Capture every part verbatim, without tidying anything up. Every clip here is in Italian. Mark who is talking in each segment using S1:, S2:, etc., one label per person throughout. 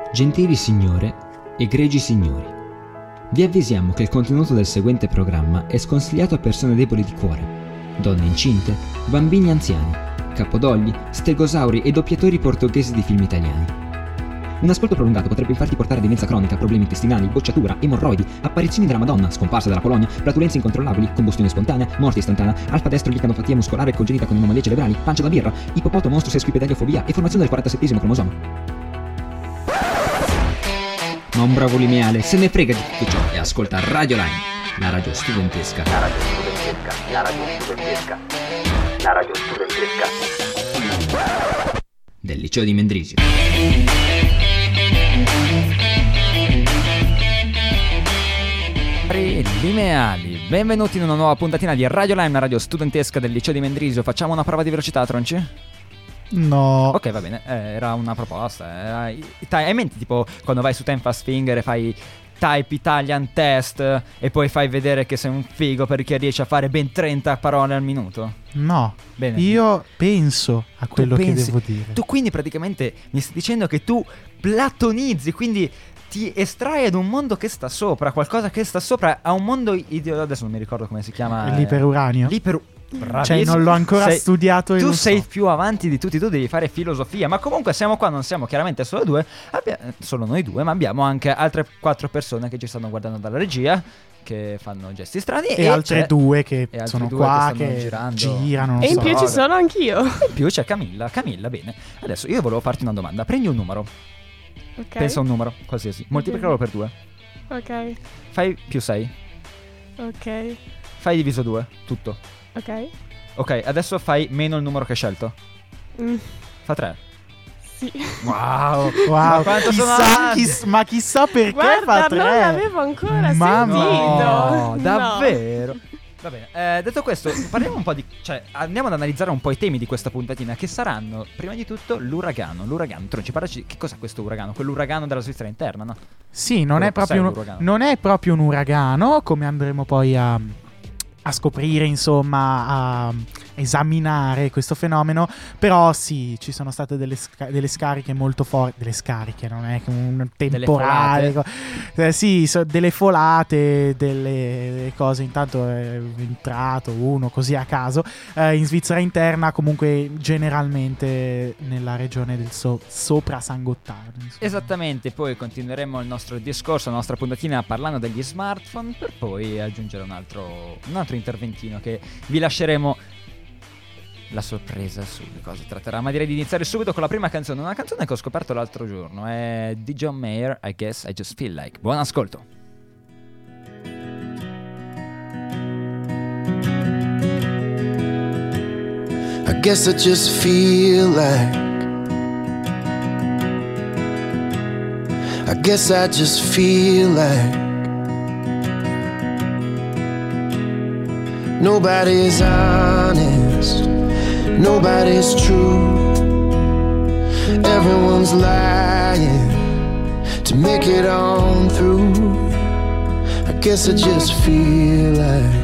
S1: Gentili signore, egregi signori, vi avvisiamo che il contenuto del seguente programma è sconsigliato a persone deboli di cuore, donne incinte, bambini anziani, capodogli, stegosauri e doppiatori portoghesi di film italiani. Un ascolto prolungato potrebbe infatti portare a demenza cronica, problemi intestinali, bocciatura, emorroidi, apparizioni della Madonna, scomparsa dalla Polonia, flatulenze incontrollabili, combustione spontanea, morte istantanea, alfa-destro-licanopatia muscolare congenita con anomalie cerebrali, pancia da birra, ippopoto monstro sesquipedaliofobia e formazione del quarantasettesimo cromosoma. Ma un bravo lineale se ne frega di tutto ciò e ascolta Radio Line, la radio studentesca.
S2: La radio studentesca, la radio studentesca, la radio studentesca
S1: del liceo di Mendrisio. Lineali, benvenuti in una nuova puntatina di Radio Line, la radio studentesca del liceo di Mendrisio. Facciamo una prova di velocità, Tronci?
S3: No.
S1: Ok, va bene, eh, era una proposta. Era... Hai in mente tipo quando vai su Time Fast Finger e fai type Italian test e poi fai vedere che sei un figo perché riesci a fare ben trenta parole al minuto?
S3: No.
S1: Bene.
S3: Io penso a quello che devo dire.
S1: Tu quindi praticamente mi stai dicendo che tu platonizzi, quindi ti estrai ad un mondo che sta sopra, qualcosa che sta sopra a un mondo ideologico. Adesso non mi ricordo come si chiama.
S3: L'iperuranio.
S1: L'iperu... Bravissimo.
S3: Cioè non l'ho ancora
S1: sei,
S3: studiato e
S1: tu
S3: lo
S1: sei
S3: so.
S1: più avanti di tutti, tu devi fare filosofia. Ma comunque siamo qua, non siamo chiaramente solo due abbia, solo noi due, ma abbiamo anche altre quattro persone che ci stanno guardando dalla regia, che fanno gesti strani,
S3: e,
S1: e
S3: altre due che
S1: e
S3: sono
S1: due
S3: qua
S1: che,
S3: che
S1: girando.
S3: girano non
S4: e in
S3: so.
S4: più ci sono anch'io.
S1: In più c'è Camilla. Camilla, bene. Adesso io volevo farti una domanda. Prendi un numero.
S4: Ok.
S1: Pensa a un numero, qualsiasi. Moltiplicalo per due.
S4: Ok.
S1: Fai più sei.
S4: Ok.
S1: Fai diviso due. Tutto.
S4: Ok.
S1: Ok, adesso fai meno il numero che hai scelto.
S4: Mm,
S1: Fa tre.
S4: sì.
S1: Wow.
S3: Wow,
S1: Ma quanto sono
S3: chissà,
S1: avanti?
S3: chiss- ma chissà perché
S4: Guarda,
S3: fa
S4: non
S3: tre.
S4: l'avevo ancora
S3: Mamma.
S4: sentito.
S1: No,
S4: No.
S1: davvero. Va bene, eh, detto questo, parliamo un po' di... Cioè, andiamo ad analizzare un po' i temi di questa puntatina, che saranno, prima di tutto, l'uragano. L'uragano, Tronci, parlaci, che cos'è questo uragano? Quell'uragano della Svizzera interna, no?
S3: Sì, non è, proprio un,
S1: l'uragano?
S3: non è proprio un uragano, come andremo poi a, a scoprire, insomma, a esaminare questo fenomeno. Però sì, ci sono state delle, sca- delle scariche molto forti. Delle scariche, non è che un temporale. Co- eh, sì, so, delle folate, delle, delle cose. Intanto è entrato uno così a caso eh, in Svizzera interna, comunque generalmente nella regione del so- sopra San Gottardo, insomma.
S1: Esattamente, poi continueremo il nostro discorso, la nostra puntatina parlando degli smartphone, per poi aggiungere un altro, un altro interventino che vi lasceremo la sorpresa su di cosa tratterà. Ma direi di iniziare subito con la prima canzone, una canzone che ho scoperto l'altro giorno, è di John Mayer, I Guess I Just Feel Like. Buon ascolto.
S5: I guess I just feel like I guess I just feel like nobody's honest, nobody's true, everyone's lying to make it on through. I guess I just feel like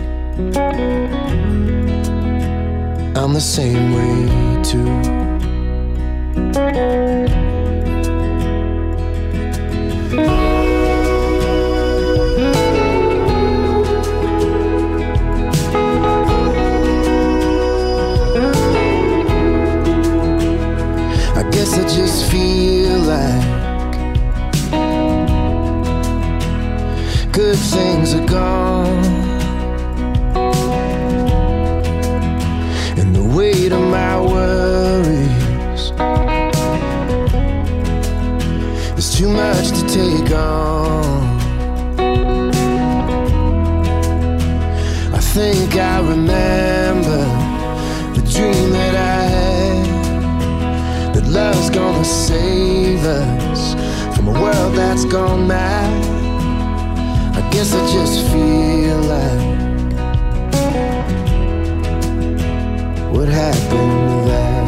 S5: I'm the same way too. I guess I just feel like good things are gone, and the weight of my worries is too much to take on. I think I remember the dream that I had, that love's gonna save us from a world that's gone mad. I guess I just feel like what happened to that?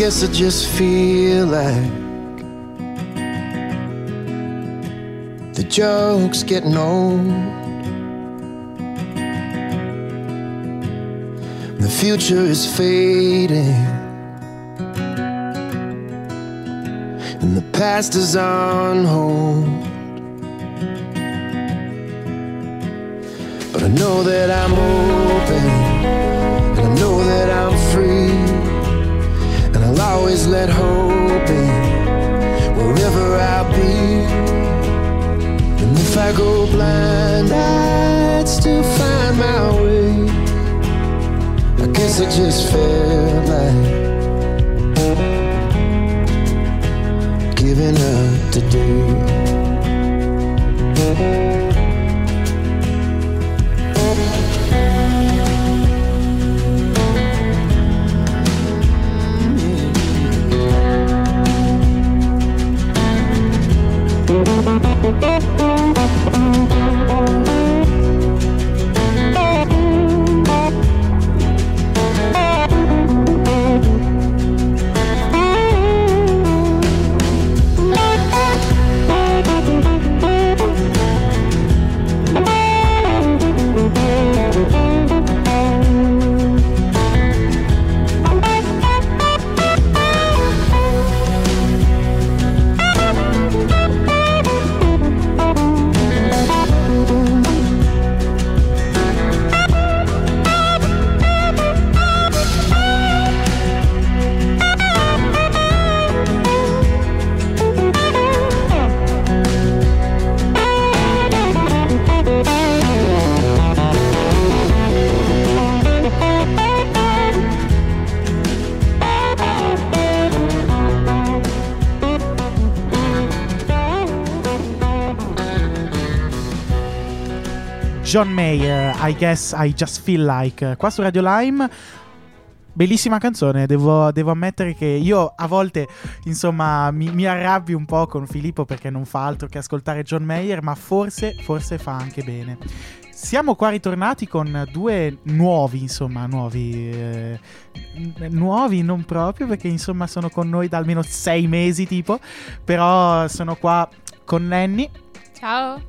S5: guess I just feel like the joke's getting old. The future is fading and the past is on hold. But I know that I'm open, and I know that I'm free, and I'll always let hope in wherever I'll be. And if I go blind, I'd still find my way. I guess I just felt like giving up today.
S3: John Mayer, I Guess I Just Feel Like, qua su Radio Lime. Bellissima canzone, devo, devo ammettere che io a volte, insomma, mi, mi arrabbio un po' con Filippo perché non fa altro che ascoltare John Mayer, ma forse, forse fa anche bene. Siamo qua ritornati con due nuovi, insomma, nuovi, eh, nuovi non proprio, perché insomma sono con noi da almeno sei mesi tipo, però sono qua con Lenny.
S4: Ciao.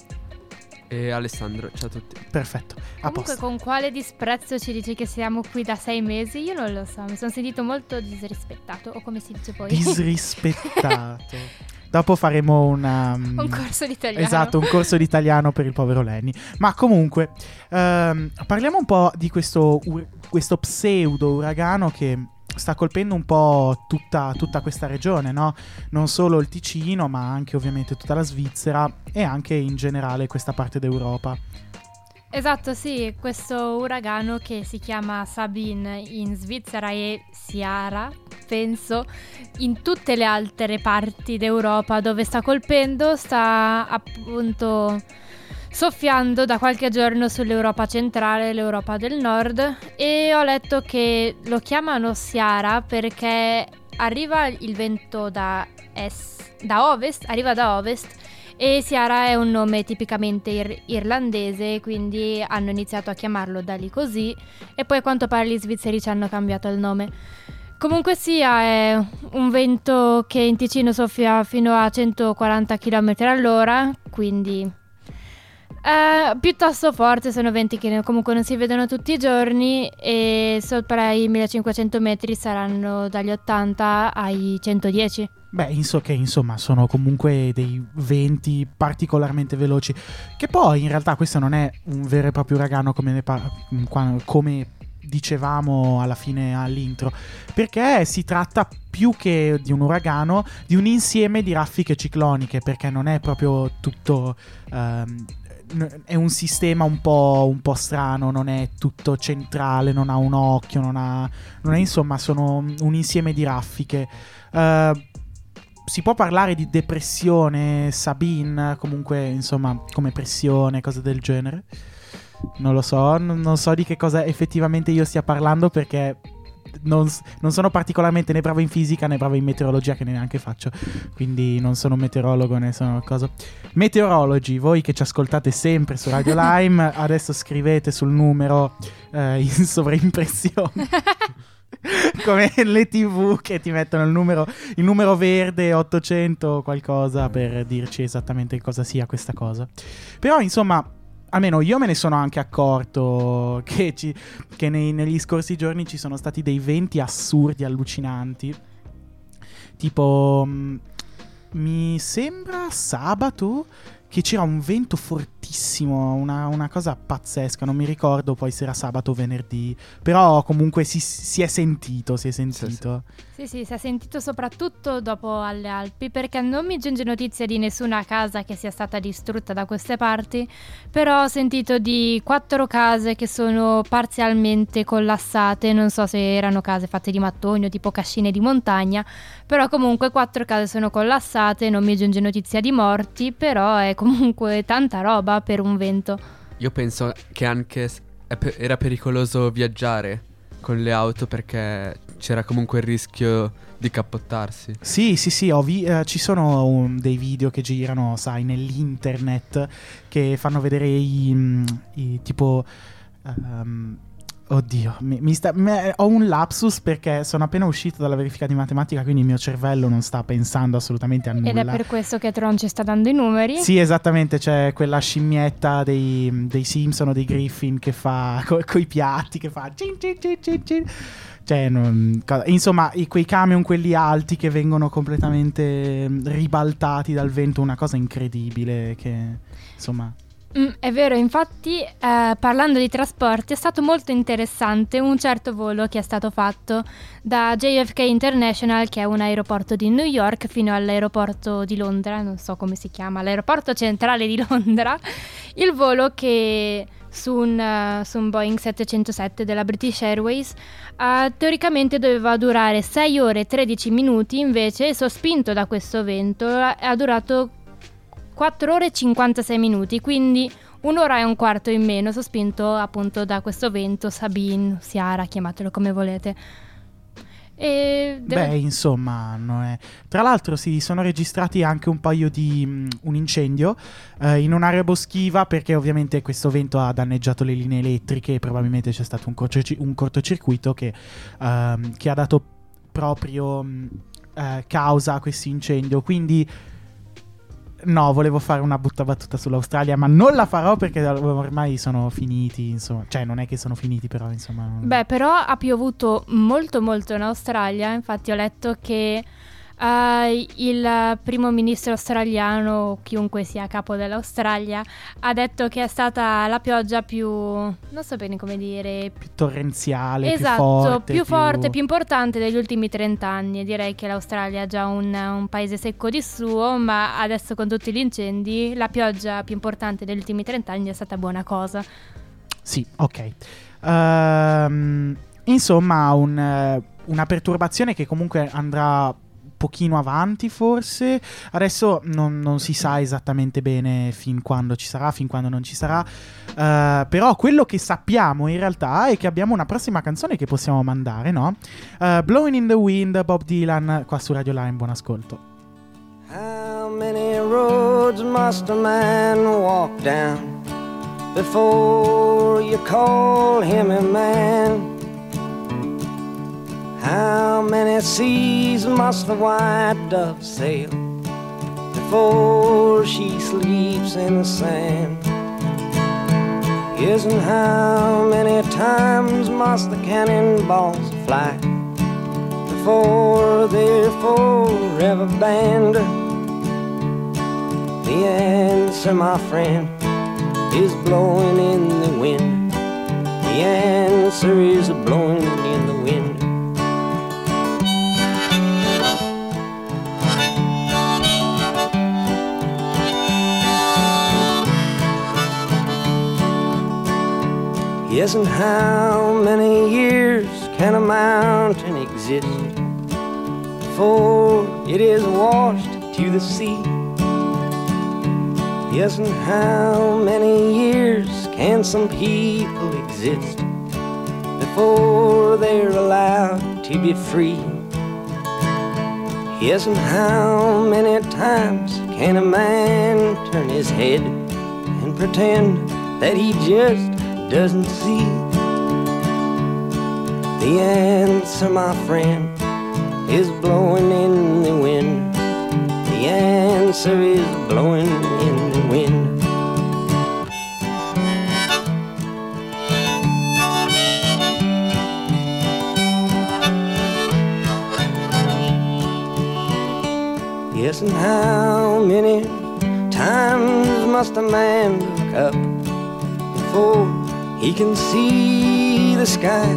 S6: E Alessandro, ciao a tutti.
S3: Perfetto, a
S4: Comunque
S3: posto.
S4: con quale disprezzo ci dici che siamo qui da sei mesi? Io non lo so, mi sono sentito molto disrispettato, o come si dice poi?
S3: Disrispettato. Dopo faremo una, um,
S4: un corso di italiano.
S3: Esatto, un corso di italiano per il povero Lenny. Ma comunque, ehm, parliamo un po' di questo, ur- questo pseudo uragano che sta colpendo un po' tutta, tutta questa regione, no? Non solo il Ticino, ma anche ovviamente tutta la Svizzera e anche in generale questa parte d'Europa.
S4: Esatto, sì, questo uragano che si chiama Sabine in Svizzera e Ciara, penso, in tutte le altre parti d'Europa dove sta colpendo, sta appunto soffiando da qualche giorno sull'Europa centrale e l'Europa del nord, e ho letto che lo chiamano Ciara perché arriva il vento da, est, da ovest, arriva da ovest, e Ciara è un nome tipicamente ir- irlandese, quindi hanno iniziato a chiamarlo da lì così, e poi a quanto pare gli svizzeri ci hanno cambiato il nome. Comunque sia, è un vento che in Ticino soffia fino a centoquaranta chilometri all'ora, quindi Uh, piuttosto forte, sono venti che comunque non si vedono tutti i giorni, e sopra i millecinquecento metri saranno dagli ottanta ai centodieci.
S3: Beh, inso che insomma sono comunque dei venti particolarmente veloci, che poi in realtà questo non è un vero e proprio uragano come, ne par- come dicevamo alla fine all'intro, perché si tratta più che di un uragano di un insieme di raffiche cicloniche, perché non è proprio tutto... Um, è un sistema un po', un po' strano, non è tutto centrale, non ha un occhio, non ha, non è, insomma, sono un insieme di raffiche. Uh, si può parlare di depressione Sabine, comunque, insomma, come pressione, cose del genere? Non lo so, non, non so di che cosa effettivamente io stia parlando, perché Non, non sono particolarmente né bravo in fisica né bravo in meteorologia, che neanche faccio, quindi non sono meteorologo né sono cosa. Meteorologi, voi che ci ascoltate sempre su Radio Lime, adesso scrivete sul numero eh, in sovraimpressione come le tivù che ti mettono il numero, il numero verde ottocento qualcosa per dirci esattamente cosa sia questa cosa. Però insomma, almeno io me ne sono anche accorto che, ci, che nei, negli scorsi giorni ci sono stati dei venti assurdi, allucinanti. Tipo, mh, mi sembra sabato che c'era un vento fortissimo, una, una cosa pazzesca, non mi ricordo poi se era sabato o venerdì, però comunque si, si è sentito, si è sentito.
S4: Sì, sì. Sì, sì, si è sentito soprattutto dopo alle Alpi, perché non mi giunge notizia di nessuna casa che sia stata distrutta da queste parti, però ho sentito di quattro case che sono parzialmente collassate, non so se erano case fatte di mattoni o tipo cascine di montagna, però comunque quattro case sono collassate, non mi giunge notizia di morti, però è comunque tanta roba per un vento.
S6: Io penso che anche è pe- era pericoloso viaggiare con le auto perché c'era comunque il rischio di cappottarsi.
S3: Sì, sì, sì, ho vi- eh, ci sono um, dei video che girano, sai, nell'internet che fanno vedere i, mm, i tipo... Um, oddio, mi, mi sta, me, ho un lapsus perché sono appena uscito dalla verifica di matematica, quindi il mio cervello non sta pensando assolutamente a nulla.
S4: Ed è per questo che Tron ci sta dando i numeri.
S3: Sì, esattamente, c'è quella scimmietta dei, dei Simpson o dei Griffin che fa co- coi piatti, che fa cin cin cin cin cin. Cioè, non, insomma, i, quei camion, quelli alti che vengono completamente ribaltati dal vento, una cosa incredibile che, insomma...
S4: Mm, è vero, infatti eh, parlando di trasporti è stato molto interessante un certo volo che è stato fatto da J F K International, che è un aeroporto di New York, fino all'aeroporto di Londra, non so come si chiama, l'aeroporto centrale di Londra. Il volo che su un, uh, su un Boeing settecentosette della British Airways uh, teoricamente doveva durare sei ore e tredici minuti, invece sospinto da questo vento ha durato quattro ore e cinquantasei minuti, quindi un'ora e un quarto in meno, sospinto appunto da questo vento, Sabine, Ciara, chiamatelo come volete. E devo...
S3: Beh, insomma, non è... Tra l'altro si sono registrati anche un paio di... Um, un incendio uh, in un'area boschiva, perché ovviamente questo vento ha danneggiato le linee elettriche e probabilmente c'è stato un, corci- un cortocircuito che, uh, che ha dato proprio um, uh, causa a questo incendio, quindi... No, volevo fare una brutta battuta sull'Australia, ma non la farò perché ormai sono finiti, insomma. Cioè, non è che sono finiti, però, insomma... Non...
S4: Beh, però ha piovuto molto molto in Australia. Infatti ho letto che uh, il primo ministro australiano, chiunque sia capo dell'Australia, ha detto che è stata la pioggia più... non so bene come dire...
S3: più torrenziale,
S4: esatto,
S3: più forte.
S4: più forte, più... più importante degli ultimi trent'anni. Direi che l'Australia è già un, un paese secco di suo, ma adesso con tutti gli incendi la pioggia più importante degli ultimi trent'anni è stata buona cosa.
S3: Sì, ok. Um, insomma, un, una perturbazione che comunque andrà... pochino avanti forse, adesso non, non si sa esattamente bene fin quando ci sarà, fin quando non ci sarà, uh, però quello che sappiamo in realtà è che abbiamo una prossima canzone che possiamo mandare, no? Uh, Blowing in the Wind, Bob Dylan, qua su Radio Line, buon ascolto.
S7: How many roads must a man walk down before you call him a man? How many seas must the white dove sail before she sleeps in the sand? Yes, and how many times must the cannonballs fly before they're forever banned? The answer, my friend, is blowing in the wind. The answer is blowing in the wind. Yes, and how many years can a mountain exist before it is washed to the sea? Yes, and how many years can some people exist before they're allowed to be free? Yes, and how many times can a man turn his head and pretend that he just doesn't see? The answer, my friend, is blowing in the wind. The answer is blowing in the wind. Yes, and how many times must a man look up before he can see the sky?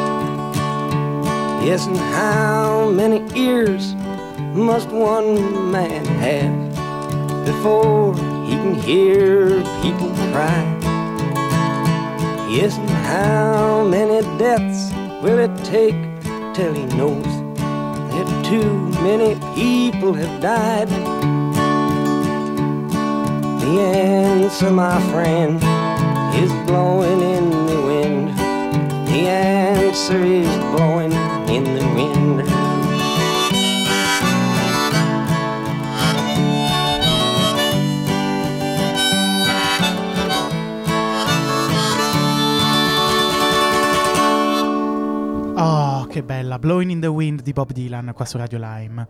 S7: Yes, and how many ears must one man have before he can hear people cry? Yes, and how many deaths will it take till he knows that too many people have died? The answer, my friend, is blowing in the wind. The answer is blowing in the wind.
S3: Oh, che bella, Blowing in the Wind di Bob Dylan qua su Radio Lime.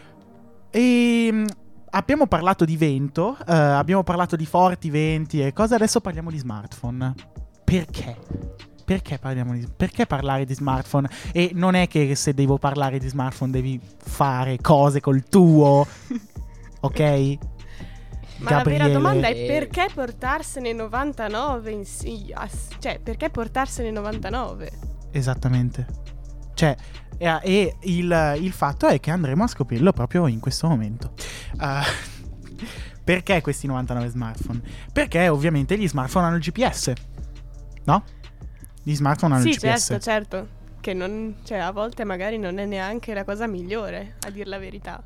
S3: E abbiamo parlato di vento, eh, abbiamo parlato di forti venti e cose, adesso parliamo di smartphone. Perché? Perché parliamo di perché parlare di smartphone? E non è che se devo parlare di smartphone devi fare cose col tuo, ok?
S8: Ma
S3: Gabriele.
S8: la vera domanda è perché portarsene novantanove in sì, ass- cioè perché portarsene novantanove?
S3: Esattamente. Cioè, e, e il, il fatto è che andremo a scoprirlo proprio in questo momento. Uh, perché questi novantanove smartphone? Perché ovviamente gli smartphone hanno il G P S, no? Gli smartphone hanno
S8: Sì,
S3: il G P S.
S8: certo, certo. Che non, cioè, a volte magari non è neanche la cosa migliore, a dir la verità.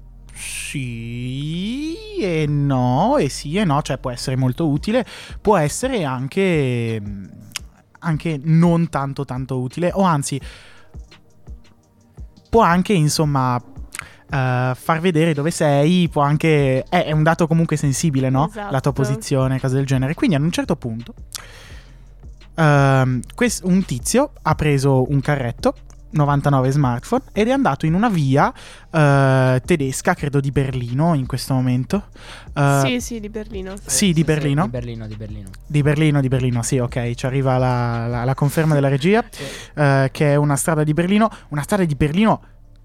S3: Sì e no, e sì e no, cioè può essere molto utile, può essere anche anche non tanto tanto utile, o anzi può anche insomma uh, far vedere dove sei, può anche è, è un dato comunque sensibile, no?
S8: Esatto.
S3: La tua posizione, cose del genere. Quindi ad un certo punto uh, quest- un tizio ha preso un carretto, novantanove smartphone, ed è andato in una via uh, tedesca, credo di Berlino in questo momento. Uh,
S8: sì, sì, di Berlino. Sì,
S3: sì, di Berlino.
S9: Di Berlino, di Berlino.
S3: Di Berlino, di Berlino, sì, ok, ci arriva la, la, la conferma della regia,
S9: Sì.
S3: uh, che è una strada di Berlino, una strada di Berlino,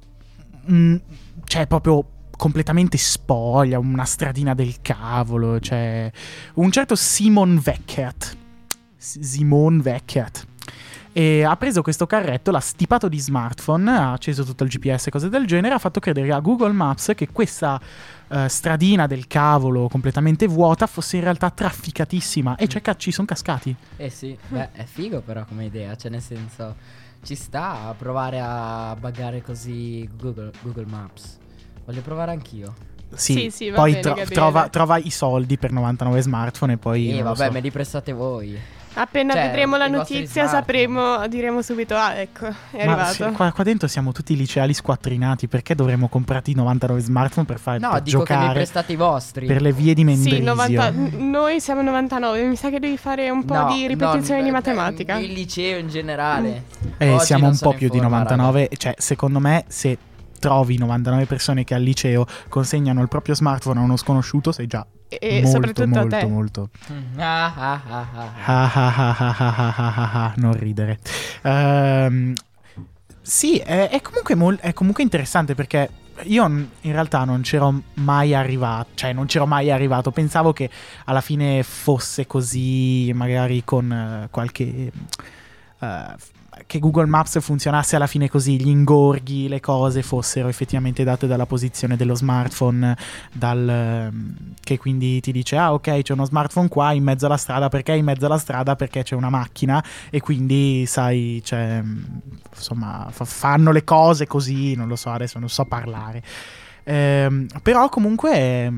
S3: mh, cioè proprio completamente spoglia, una stradina del cavolo, cioè un certo Simon Weckert, S- Simon Weckert. E ha preso questo carretto, l'ha stipato di smartphone, ha acceso tutto il G P S e cose del genere, ha fatto credere a Google Maps che questa uh, stradina del cavolo completamente vuota fosse in realtà trafficatissima, e cioè ci sono cascati.
S9: Eh sì, beh, è figo però come idea, cioè nel senso ci sta a provare a buggare così Google, Google Maps. Voglio provare anch'io.
S3: Sì,
S8: Sì, sì, va
S3: poi
S8: bene,
S3: tro-
S8: Gabriele.
S3: trova, trova i soldi per novantanove smartphone e poi...
S9: Eh
S3: non lo
S9: vabbè,
S3: so.
S9: me li prestate voi.
S8: Appena
S9: Cioè,
S8: vedremo la
S9: i vostri
S8: notizia
S9: smartphone.
S8: sapremo, diremo subito, ah ecco, è
S3: Ma
S8: arrivato.
S3: se- qua, qua dentro siamo tutti liceali squattrinati, perché dovremmo comprarti novantanove smartphone per fare
S9: No,
S3: per
S9: dico che mi
S3: giocare
S9: prestate i vostri.
S3: per le vie di Mendrisio?
S8: Sì, novanta n- noi siamo novantanove, mi sa che devi fare un po'
S9: No,
S8: di ripetizione
S9: no,
S8: di
S9: beh,
S8: matematica.
S9: Il liceo in generale.
S3: Eh,
S9: Oggi
S3: siamo
S9: non
S3: un
S9: sono
S3: po' più
S9: in
S3: di
S9: forma,
S3: novantanove, cioè secondo me se trovi novantanove persone che al liceo consegnano il proprio smartphone a uno sconosciuto sei già
S8: E
S3: molto
S8: soprattutto a
S3: molto
S8: te.
S3: molto
S9: raga. Mm, ah, ah, ah, ah, ah.
S3: ah, ah, ah, ah, ah, ah, ah, ah, non ridere. Ehm, sì, è, è comunque mol- è comunque interessante, perché io n- in realtà non c'ero mai arrivato, cioè non c'ero mai arrivato, pensavo che alla fine fosse così, magari con eh, qualche eh, che Google Maps funzionasse alla fine così, gli ingorghi, le cose fossero effettivamente date dalla posizione dello smartphone, dal, ehm, che quindi ti dice ah ok c'è uno smartphone qua in mezzo alla strada, perché in mezzo alla strada? Perché c'è una macchina e quindi sai, cioè, insomma fa- fanno le cose così, non lo so, adesso non so parlare. Ehm, però comunque è,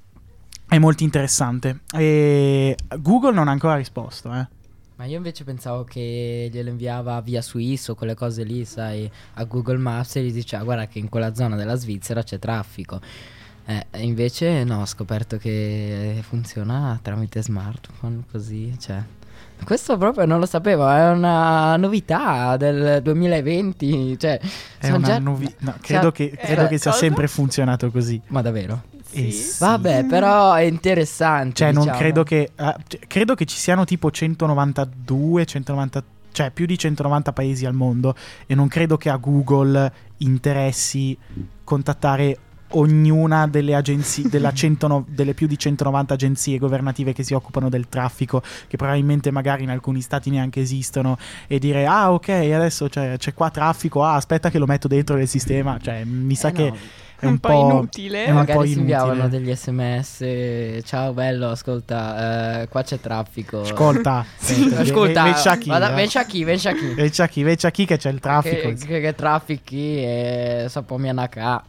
S3: è molto interessante, e Google non ha ancora risposto, eh.
S9: Ma io invece pensavo che glielo inviava via Swiss o quelle cose lì, sai, a Google Maps, e gli diceva guarda che in quella zona della Svizzera c'è traffico. Eh, invece no, ho scoperto che funziona tramite smartphone, così, cioè. Questo proprio non lo sapevo, è una novità del duemilaventi, cioè.
S3: È una
S9: già...
S3: novi- no, credo che, credo
S8: Eh,
S3: che sia
S8: cosa?
S3: sempre funzionato così.
S9: Ma davvero?
S3: Eh
S8: Sì.
S3: sì.
S9: Vabbè, però è interessante.
S3: Cioè, non
S9: diciamo.
S3: credo che. eh, cioè, credo che ci siano tipo centonovantadue, centonovanta, cioè più di centonovanta paesi al mondo. E non credo che a Google interessi contattare ognuna delle agenzie, della centonove delle più di centonovanta agenzie governative che si occupano del traffico, che probabilmente magari in alcuni stati neanche esistono, e dire ah ok, adesso c'è, c'è qua traffico, ah aspetta che lo metto dentro nel sistema. Cioè, mi sa
S9: Eh,
S3: che.
S9: no.
S3: È un,
S8: Un po' inutile.
S3: È un po'
S9: Magari si inviavano
S3: inutile.
S9: degli sms. Ciao bello, ascolta, eh, qua c'è traffico.
S3: Ascolta,
S9: Sì, ascolta,
S3: Veccia chi,
S9: vada-
S3: eh.
S9: veccia chi, veccia chi.
S3: Veccia chi, veccia chi che c'è il traffico.
S9: Che, che, che traffici e sappiamo anacà.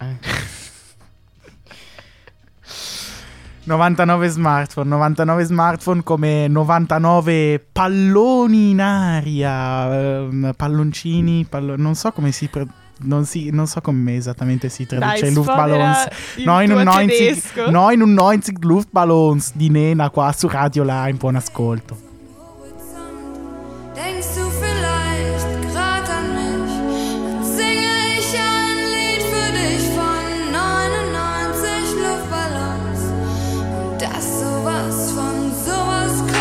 S3: novantanove smartphone, novantanove smartphone come novantanove palloni in aria, ehm, palloncini, pallo- non so come si pro- non, si, non so come esattamente si traduce
S8: Dai,
S3: Luftballons.
S8: sfodera il
S3: neunundneunzig
S8: tuo tedesco.
S3: neunundneunzig Luftballons di Nena qua su Radio Lime, buon ascolto.
S10: Denkst du vielleicht grad an mich? Dann singe ich ein Lied für dich von neunundneunzig Luftballons. Und dass sowas von sowas kommt.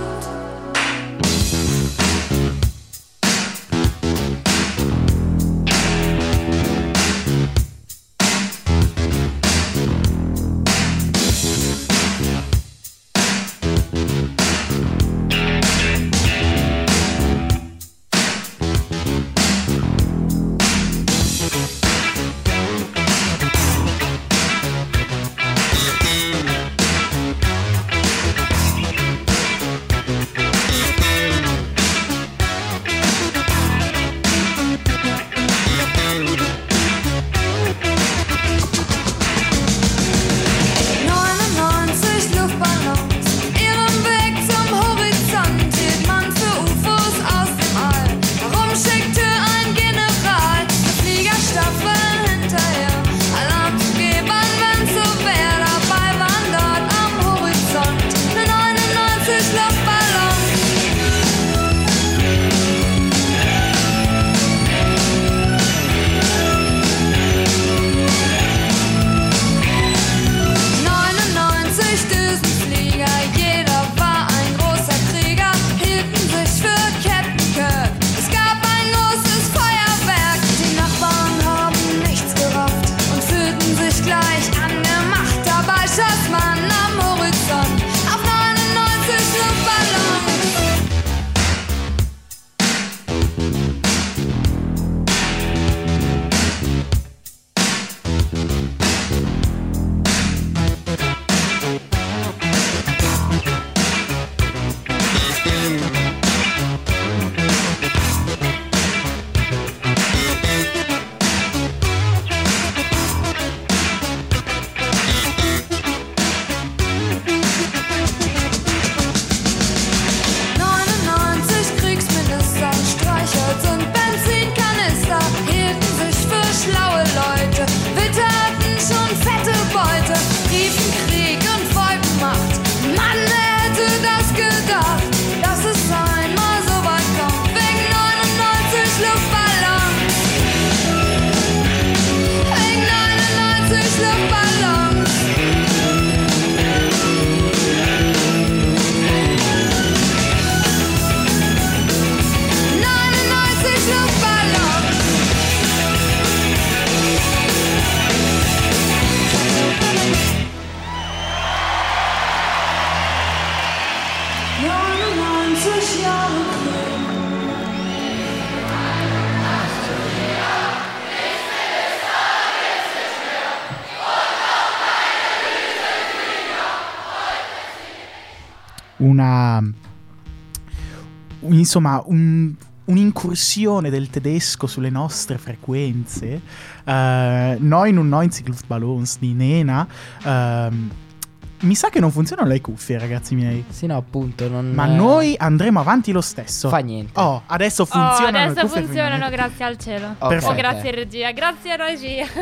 S10: neunundneunzig Luftballons, ihrem Weg zum Horizont hielt man für U F Os aus dem All. Warum schickte ein General Fliegerstaffeln hinterher? Alarm zu geben, wenn's so wär. Dabei waren dort am Horizont neunundneunzig Luftballons. neunundneunzig Düsenflieger, jeder war ein großer Krieger, hielten sich für Captain Kirk. Es gab ein großes Feuerwerk, die Nachbarn haben nichts gerafft und fühlten sich gleich angemacht. Dabei schoss man am Horizont auf neunundneunzig Luftballons. neunundneunzig Kriegsminister, Streichholz und Benzinkanister hielten sich für schlaue Leute, witterten schon fette Beute, riefen Krieg und wollten Macht. Mann, wer hätte das gedacht, dass es einmal so weit kommt, wegen neunundneunzig Luftballons. Wegen neunundneunzig Luftballons. neunundneunzig Luftballons. neunundneunzig Jahre Krieg.
S3: Una insomma un un'incursione del tedesco sulle nostre frequenze. uh, neunundneunzig Luftballons di Nena. uh, mi sa che non funzionano le cuffie, ragazzi miei,
S9: Sì, no, appunto. Non,
S3: ma
S9: eh,
S3: noi andremo avanti lo stesso.
S9: fa niente.
S3: Oh, adesso
S4: Oh,
S3: funzionano le
S4: adesso
S3: cuffie
S4: funzionano
S3: finalmente.
S4: grazie al cielo.
S9: Ok,
S3: perfetto.
S4: Oh, grazie regia, grazie regia.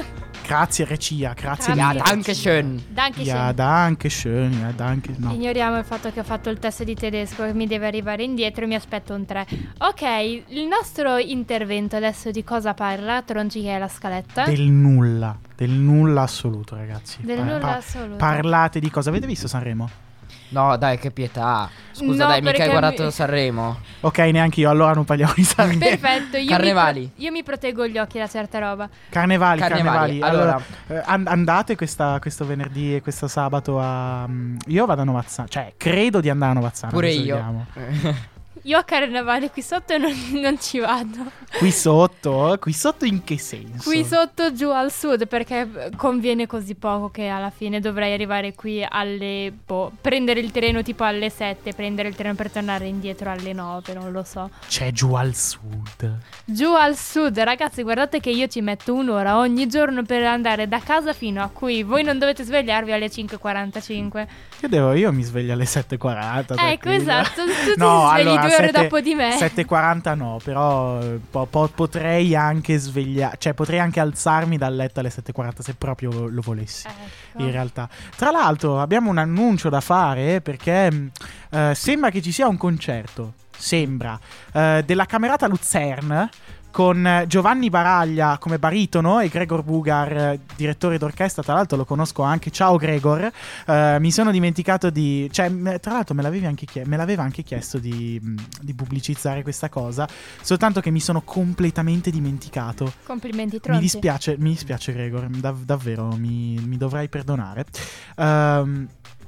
S3: Grazie regia, grazie
S4: Ja,
S3: mille.
S9: Dankeschön.
S4: Danke
S3: Ja, dankeschön, ja, danke. No.
S4: Ignoriamo il fatto che ho fatto il test di tedesco che mi deve arrivare indietro e mi aspetto un tre. Ok, il nostro intervento adesso di cosa parla? Tronci, che è la scaletta.
S3: Del nulla, del nulla assoluto, ragazzi.
S4: Del
S3: Pa-
S4: nulla
S3: pa-
S4: assoluto.
S3: Parlate di cosa? Avete visto Sanremo?
S9: No, dai, che pietà. Scusa,
S4: No,
S9: dai, mica
S4: perché
S9: hai guardato
S4: mi-
S9: Sanremo.
S3: Ok, neanche io, allora non parliamo di Sanremo.
S4: Perfetto, io
S9: Carnevali.
S4: Mi pro- io mi proteggo gli occhi da certa roba.
S3: Carnevali,
S9: Carnevali,
S3: carnevali. Allora,
S9: allora.
S3: eh, an- andate questa- questo venerdì e questo sabato a... mm, io vado a Novazzana, cioè credo di andare a Novazzana.
S9: Pure
S3: adesso
S9: io.
S3: vediamo.
S4: Io a carnevale qui sotto non, non ci vado.
S3: Qui sotto? Qui sotto in che senso?
S4: Qui sotto giù al sud, perché conviene così poco che alla fine dovrei arrivare qui alle... boh, prendere il treno tipo alle sette, prendere il treno per tornare indietro alle nove, non lo so.
S3: C'è giù al sud.
S4: Giù al sud, ragazzi, guardate che io ci metto un'ora ogni giorno per andare da casa fino a qui. Voi non dovete svegliarvi alle cinque e quarantacinque.
S3: Io, devo, io mi sveglio alle sette e quaranta.
S4: Ecco,
S3: tranquilla.
S4: esatto, tu ti
S3: No,
S4: svegli
S3: allora,
S4: due ore
S3: sette-
S4: dopo di me.
S3: sette e quaranta no, però eh, po- po- potrei anche svegliare, cioè potrei anche alzarmi dal letto alle sette e quaranta se proprio lo volessi.
S4: Ecco.
S3: In realtà, tra l'altro, abbiamo un annuncio da fare perché mh, eh, sembra che ci sia un concerto. Sembra eh, della Camerata Luzern con eh, Giovanni Baraglia come baritono e Gregor Bugar, eh, direttore d'orchestra. Tra l'altro lo conosco anche. Ciao Gregor. Eh, mi sono dimenticato di, cioè, m- tra l'altro me l'avevi anche chie- me l'aveva anche chiesto di, mh, di pubblicizzare questa cosa, soltanto che mi sono completamente dimenticato.
S4: Complimenti, Tronci.
S3: Mi dispiace, mi dispiace Gregor, dav- davvero, mi, mi dovrai perdonare. Ehm,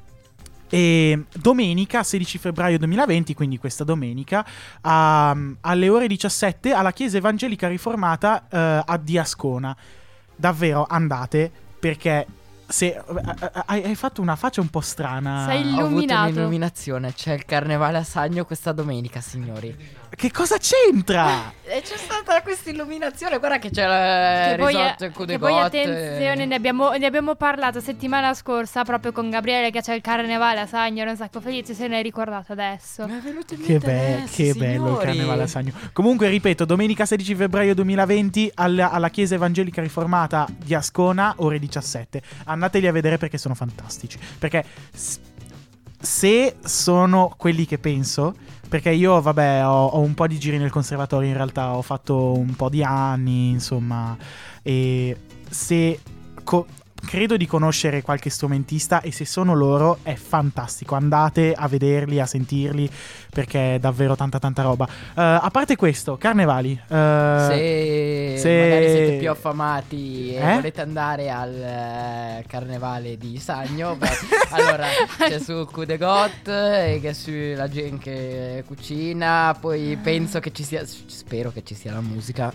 S3: e domenica sedici febbraio duemilaventi, quindi questa domenica, a- alle ore diciassette alla Chiesa Evangelica Riformata eh, a di Ascona. Davvero andate, perché se eh, eh, hai, hai fatto una faccia un po' strana.
S4: Sei
S9: Ho avuto
S4: illuminato.
S9: un'illuminazione. C'è il carnevale a Sagno questa domenica, signori.
S3: Che cosa c'entra?
S9: E c'è stata questa illuminazione. Guarda che c'è il
S4: Che poi,
S9: risotto e
S4: che poi attenzione, ne abbiamo, ne abbiamo parlato settimana scorsa proprio con Gabriele, che c'è il carnevale a Sagno, era un sacco felice, se ne è ricordato adesso.
S9: Mi è venuto in
S3: Che,
S9: mente
S3: be-
S9: adesso,
S3: che bello il
S9: signori.
S3: carnevale a Sagno. Comunque, ripeto, domenica sedici febbraio duemilaventi alla, alla Chiesa Evangelica Riformata di Ascona, ore diciassette. Andateli a vedere perché sono fantastici. Perché s- se sono quelli che penso, perché io, vabbè, ho, ho un po' di giri nel conservatorio, in realtà ho fatto un po' di anni, insomma, e se... co- credo di conoscere qualche strumentista, e se sono loro è fantastico. Andate a vederli, a sentirli, perché è davvero tanta tanta roba. Uh, a parte questo, carnevali. uh,
S9: Se,
S3: se-
S9: magari siete più affamati e
S3: Eh?
S9: volete andare al eh, carnevale di Sagno, beh, allora c'è su Coup de Got, e che su la gente che cucina. Poi penso che ci sia, spero che ci sia la musica.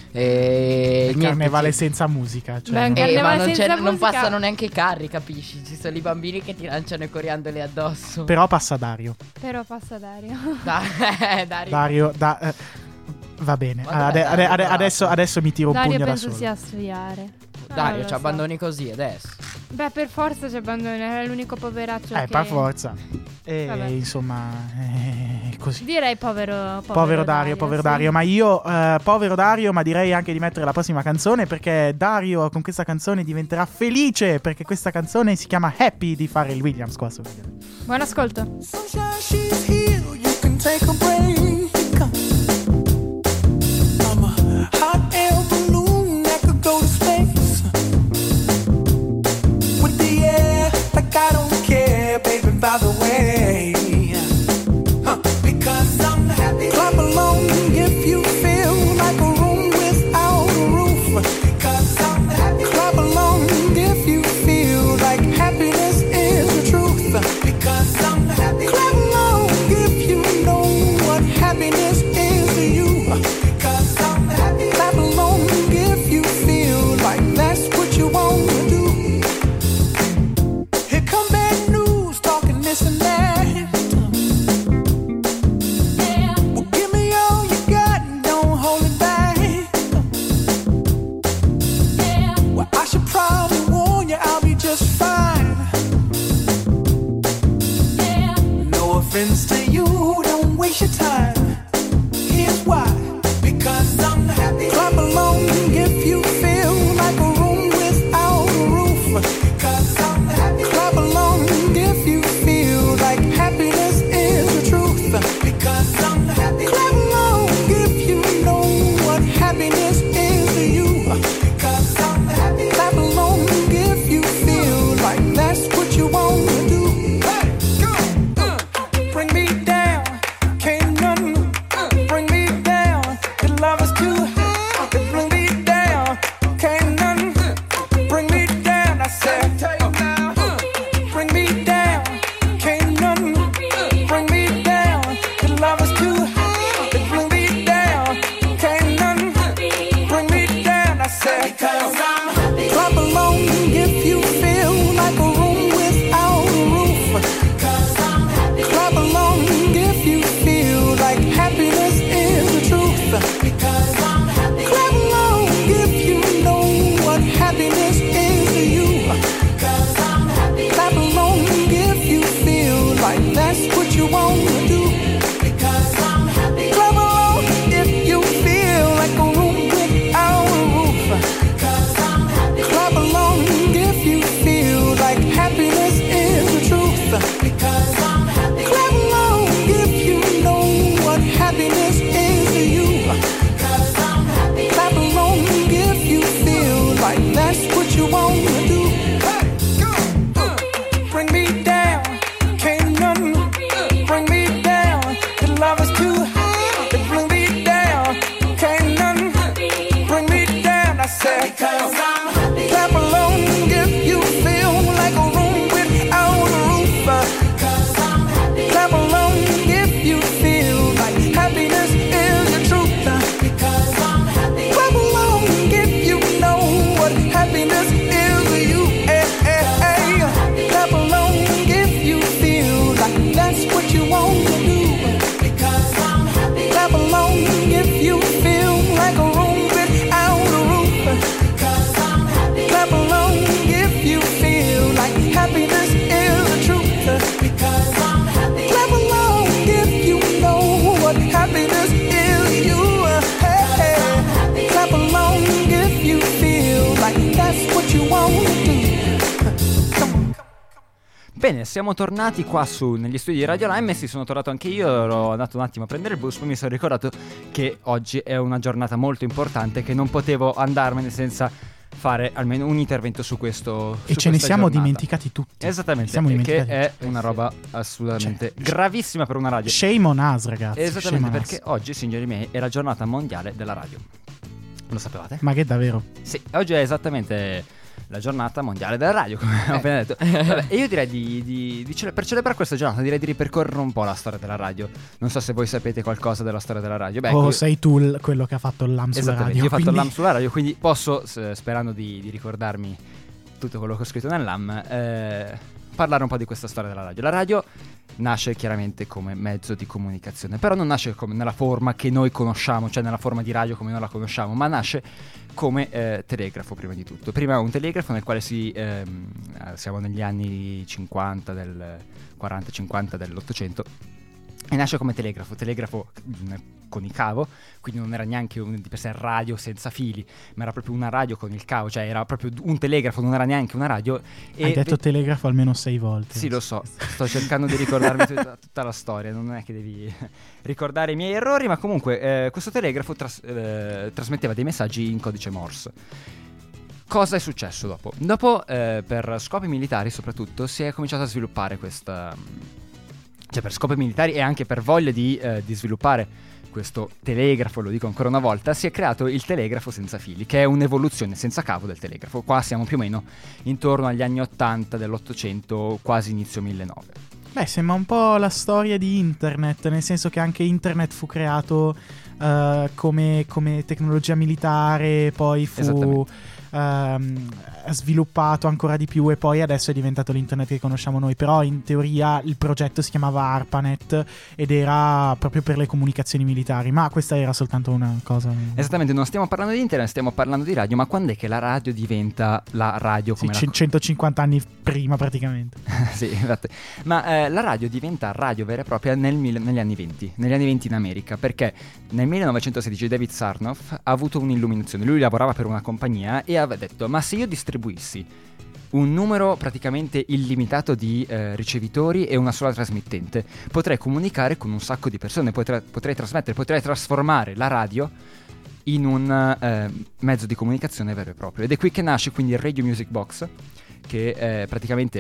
S9: E
S3: il
S9: niente,
S3: carnevale
S9: ci-
S3: senza musica, cioè,
S4: Beh,
S3: no?
S9: Eh, ma
S4: carnevale
S9: non, c'è-
S4: senza
S9: non
S4: musica.
S9: passano neanche i carri, capisci? Ci sono i bambini che ti lanciano i coriandoli addosso.
S3: Però passa Dario.
S4: Però passa Dario.
S9: Dai, Dario.
S3: Dario, da- eh, va bene.
S9: Ma dov'è
S3: Ade- ade-
S9: Dario?
S3: ade- adesso, adesso mi tiro un
S4: Dario
S3: pugno da
S4: penso
S3: solo.
S4: sia a studiare.
S9: Dario,
S4: Ah, non
S9: ci
S4: lo so.
S9: abbandoni così adesso.
S4: Beh, per forza ci abbandona, è l'unico poveraccio
S3: Eh,
S4: che...
S3: per forza. E
S4: Vabbè.
S3: insomma, è così.
S4: Direi povero Povero,
S3: Povero Dario, povero
S4: sì.
S3: Dario, ma io, eh, povero Dario, ma direi anche di mettere la prossima canzone, perché Dario con questa canzone diventerà felice, perché questa canzone si chiama Happy di Pharrell Williams. Qua su.
S4: Buon ascolto.
S5: Sunshine, she's here. You can take a break. I'm a hot air balloon that could go to space. With the air, like I don't care, baby, by the way. Huh. Because I'm happy. Clap along if you feel like a room without a roof. Because I'm happy. Clap along if you feel like happiness is the truth. Because I'm happy. Clap along if you know what happiness is to you. Because I'm happy. Clap along if you feel like that's what you want to do. Here come bad news, talking this and that. Well, give me all you got and don't hold it back. Well, I should probably warn you, I'll be just fine. No offense to you, don't waste your time. Here's why. Because I'm happy. Clap along if you feel like a room without
S1: Bene, siamo tornati qua su negli studi di Radio Lime. Sì, sono tornato anche io, ero andato un attimo a prendere il bus, poi mi sono ricordato che oggi è una giornata molto importante, che non potevo andarmene senza fare almeno un intervento su questo.
S3: E
S1: su
S3: ce ne siamo
S1: giornata.
S3: dimenticati tutti.
S1: Esattamente,
S3: siamo dimenticati
S1: che
S3: tutti.
S1: è una roba assolutamente
S3: Cioè,
S1: gravissima per una radio.
S3: Shame on us, ragazzi.
S1: Esattamente,
S3: Shame on us.
S1: perché oggi, signori miei, è la giornata mondiale della radio. Lo sapevate?
S3: Ma che davvero?
S1: Sì, oggi è esattamente la giornata mondiale della radio, come ho appena detto. Vabbè, e io direi di, di, di cele- per celebrare questa giornata direi di ripercorrere un po' la storia della radio. Non so se voi sapete qualcosa della storia della radio. Beh,
S3: O
S1: ecco,
S3: sei tu l- quello che ha fatto il L A M sulla
S1: esattamente,
S3: radio.
S1: io ho fatto
S3: quindi-
S1: l'A M sulla radio, quindi posso, s- sperando di, di ricordarmi tutto quello che ho scritto nell'A M, eh, parlare un po' di questa storia della radio. La radio nasce chiaramente come mezzo di comunicazione, però non nasce come nella forma che noi conosciamo, cioè nella forma di radio come noi la conosciamo, ma nasce come eh, telegrafo prima di tutto. Prima un telegrafo nel quale si ehm, siamo negli anni cinquanta, del quaranta cinquanta dell'Ottocento, e nasce come telegrafo, telegrafo mh, con i cavo, quindi non era neanche un, di per sé radio senza fili, ma era proprio una radio con il cavo, cioè era proprio un telegrafo, non era neanche una radio.
S3: Hai
S1: e
S3: detto
S1: ve-
S3: telegrafo almeno sei volte.
S1: Sì, lo so, sto cercando di ricordarmi tutta, tutta la storia, non è che devi ricordare i miei errori, ma comunque eh, questo telegrafo tras- eh, trasmetteva dei messaggi in codice Morse. Cosa è successo dopo? Dopo, eh, per scopi militari soprattutto, si è cominciato a sviluppare questa... cioè per scopi militari e anche per voglia di, eh, di sviluppare questo telegrafo, lo dico ancora una volta, si è creato il telegrafo senza fili, che è un'evoluzione senza cavo del telegrafo. Qua siamo più o meno intorno agli anni ottanta dell'Ottocento, quasi inizio millenovecento.
S3: Beh, sembra un po' la storia di internet, nel senso che anche internet fu creato uh, come, come tecnologia militare, poi fu ehm, sviluppato ancora di più e poi adesso è diventato l'internet che conosciamo noi. Però in teoria il progetto si chiamava ARPANET ed era proprio per le comunicazioni militari, ma questa era soltanto una cosa.
S1: Esattamente, non stiamo parlando di internet, stiamo parlando di radio, ma quando è che la radio diventa la radio come
S3: Sì,
S1: la...
S3: centocinquanta anni prima praticamente.
S1: Sì, esatto. Ma eh, la radio diventa radio vera e propria nel mille- negli anni venti, negli anni venti in America, perché nel millenovecentosedici David Sarnoff ha avuto un'illuminazione. Lui lavorava per una compagnia e aveva detto: ma se io distribuissi un numero praticamente illimitato di eh, ricevitori e una sola trasmittente, potrei comunicare con un sacco di persone, potrei, potrei trasmettere, potrei trasformare la radio in un eh, mezzo di comunicazione vero e proprio. Ed è qui che nasce quindi il Radio Music Box, che eh, praticamente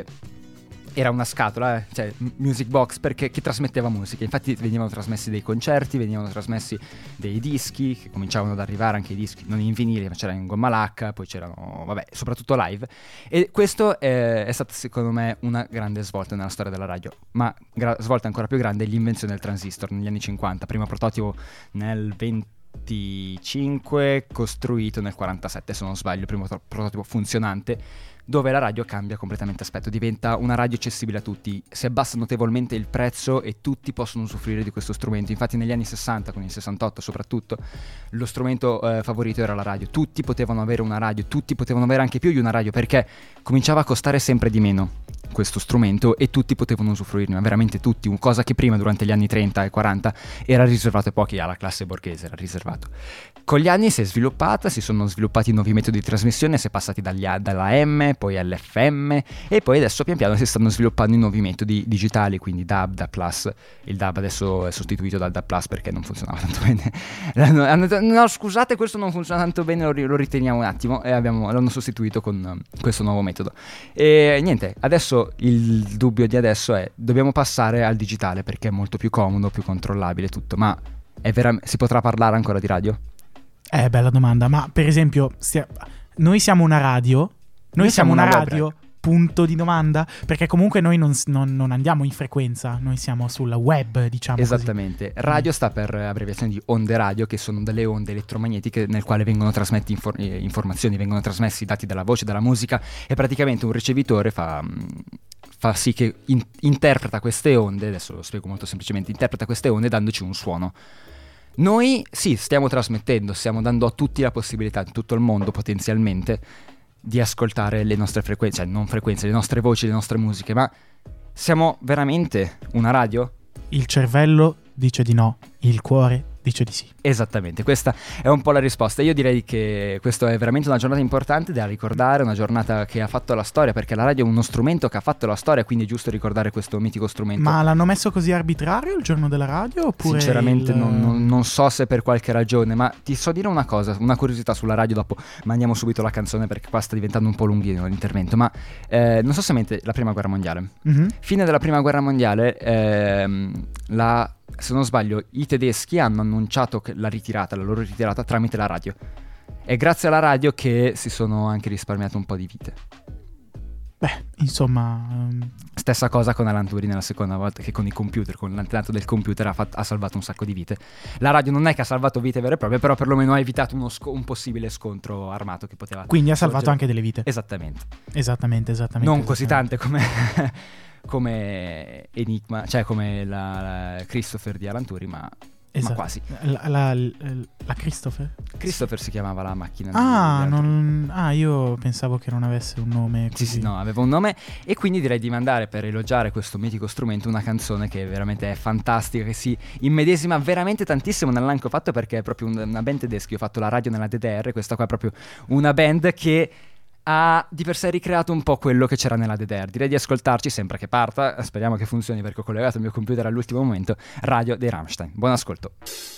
S1: era una scatola, eh, cioè music box, perché che trasmetteva musica. Infatti venivano trasmessi dei concerti, venivano trasmessi dei dischi, che cominciavano ad arrivare anche i dischi, non in vinile, ma c'era in gomma lacca, poi c'erano, vabbè, soprattutto live. E questo è, è stata secondo me una grande svolta nella storia della radio, ma gra- svolta ancora più grande è l'invenzione del transistor negli anni cinquanta, primo prototipo nel venticinque, costruito nel quarantasette se non sbaglio, il primo to- prototipo funzionante, dove la radio cambia completamente aspetto, diventa una radio accessibile a tutti, si abbassa notevolmente il prezzo e tutti possono usufruire di questo strumento. Infatti negli anni sessanta, con il sessantotto soprattutto, lo strumento eh, favorito era la radio, tutti potevano avere una radio, tutti potevano avere anche più di una radio, perché cominciava a costare sempre di meno questo strumento e tutti potevano usufruirne, ma veramente tutti, una cosa che prima durante gli anni trenta e quaranta era riservato a pochi, alla classe borghese era riservato. Con gli anni si è sviluppata, si sono sviluppati nuovi metodi di trasmissione, si è passati dagli A, dalla M, poi all'F M e poi adesso pian piano si stanno sviluppando i nuovi metodi digitali, quindi D A B, D A B plus. Il D A B adesso è sostituito dal D A B plus perché non funzionava tanto bene. Hanno detto, no scusate, questo non funziona tanto bene, lo, lo riteniamo un attimo, e abbiamo, l'hanno sostituito con um, questo nuovo metodo. E niente, adesso il dubbio di adesso è: dobbiamo passare al digitale perché è molto più comodo, più controllabile tutto, ma è vera- si potrà parlare ancora di radio?
S3: Eh, bella domanda, ma per esempio stia- noi siamo una radio, noi,
S1: Noi
S3: siamo
S1: siamo
S3: una
S1: una web
S3: radio, punto di domanda, perché comunque noi non, s- non- non andiamo in frequenza, noi siamo sulla web, diciamo così.
S1: Esattamente, radio sta per abbreviazione di onde radio, che sono delle onde elettromagnetiche nel quale vengono trasmessi infor- eh, informazioni, vengono trasmessi i dati della voce, della musica, e praticamente un ricevitore fa... mh, fa sì che in- interpreta queste onde, adesso lo spiego molto semplicemente, interpreta queste onde dandoci un suono. Noi sì, stiamo trasmettendo, stiamo dando a tutti la possibilità, in tutto il mondo potenzialmente, di ascoltare le nostre frequenze, cioè non frequenze, le nostre voci, le nostre musiche, ma siamo veramente una radio?
S3: Il cervello dice di no, il cuore dice di sì.
S1: Esattamente, questa è un po' la risposta. Io direi che questa è veramente una giornata importante da ricordare, una giornata che ha fatto la storia, perché la radio è uno strumento che ha fatto la storia, quindi è giusto ricordare questo mitico strumento.
S3: Ma l'hanno messo così arbitrario il giorno della radio? Oppure
S1: Sinceramente
S3: il...
S1: non, non, non so se per qualche ragione, ma ti so dire una cosa, una curiosità sulla radio, dopo mandiamo subito la canzone perché qua sta diventando un po' lunghino l'intervento, ma eh, non so se mente la prima guerra mondiale.
S3: Mm-hmm.
S1: Fine della prima guerra mondiale, ehm, la... se non sbaglio, i tedeschi hanno annunciato che la ritirata, la loro ritirata tramite la radio. È grazie alla radio che si sono anche risparmiate un po' di vite.
S3: Beh, insomma... Um...
S1: Stessa cosa con Alan Turing la seconda volta, che con i computer, con l'antenato del computer ha, fatto, ha salvato un sacco di vite. La radio non è che ha salvato vite vere e proprie, però perlomeno ha evitato uno sco- un possibile scontro armato che poteva...
S3: Quindi ha salvato
S1: sorgere.
S3: anche delle vite.
S1: Esattamente.
S3: Esattamente, esattamente.
S1: Non
S3: esattamente.
S1: così tante come... come Enigma, cioè come la, la Christopher di Alan Turing, ma,
S3: esatto.
S1: ma quasi.
S3: La, la, la, la Christopher?
S1: Christopher si chiamava la macchina.
S3: Ah,
S1: di
S3: non, ah, io pensavo che non avesse un nome così.
S1: Sì, sì, no, aveva un nome, e quindi direi di mandare, per elogiare questo mitico strumento, una canzone che veramente è fantastica, che si immedesima veramente tantissimo nell'anno che ho fatto, perché è proprio un, una band tedesca. Io ho fatto la radio nella D D R, questa qua è proprio una band che ha di per sé ricreato un po' quello che c'era nella D D R. Direi di ascoltarci, sembra che parta, speriamo che funzioni perché ho collegato il mio computer all'ultimo momento. Radio dei Rammstein. Buon ascolto.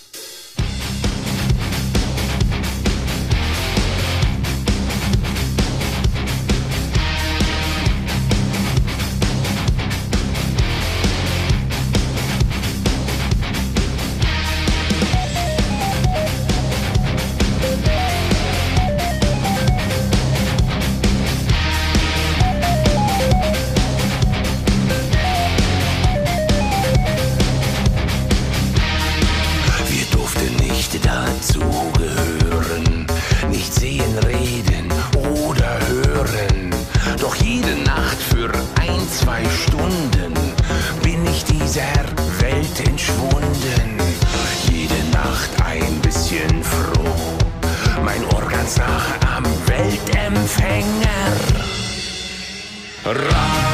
S5: dazugehören, nicht sehen, reden oder hören. Doch jede Nacht für ein, zwei Stunden bin ich dieser Welt entschwunden. Jede Nacht ein bisschen froh, mein Ohr ganz nah am Weltempfänger. Radio,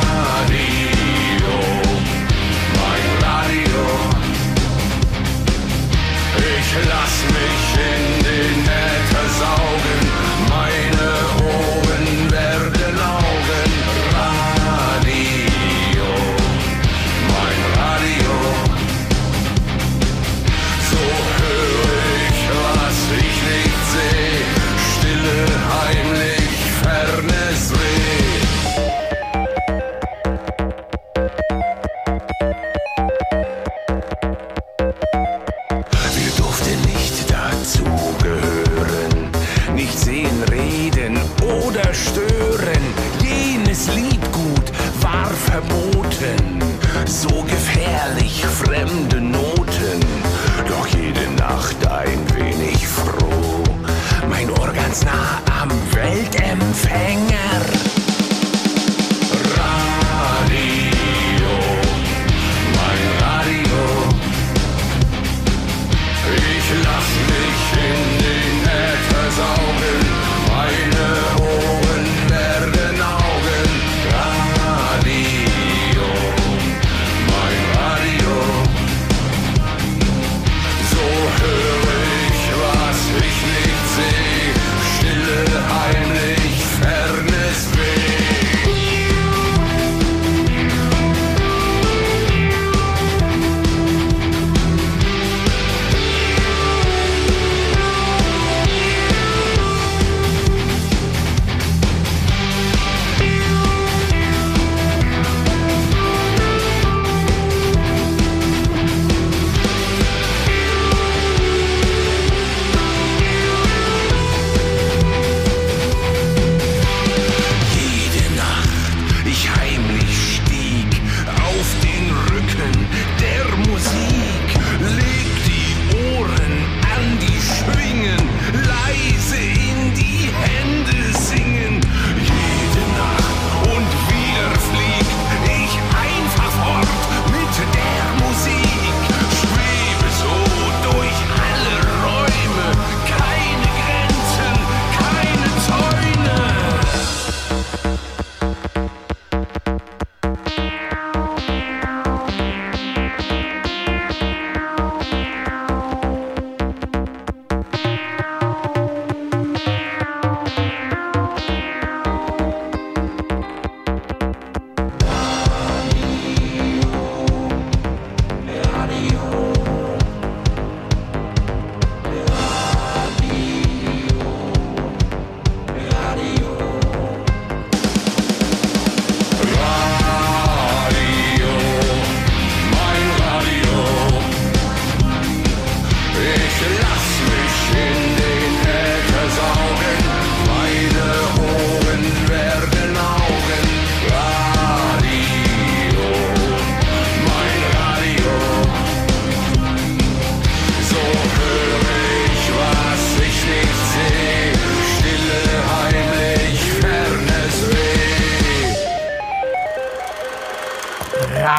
S5: mein Radio. Ich lass mich in den Äther saugen, meine Ohren werden Augen. Radio, mein Radio. So höre ich, was ich nicht seh, stille, heimlich, fernes Weh.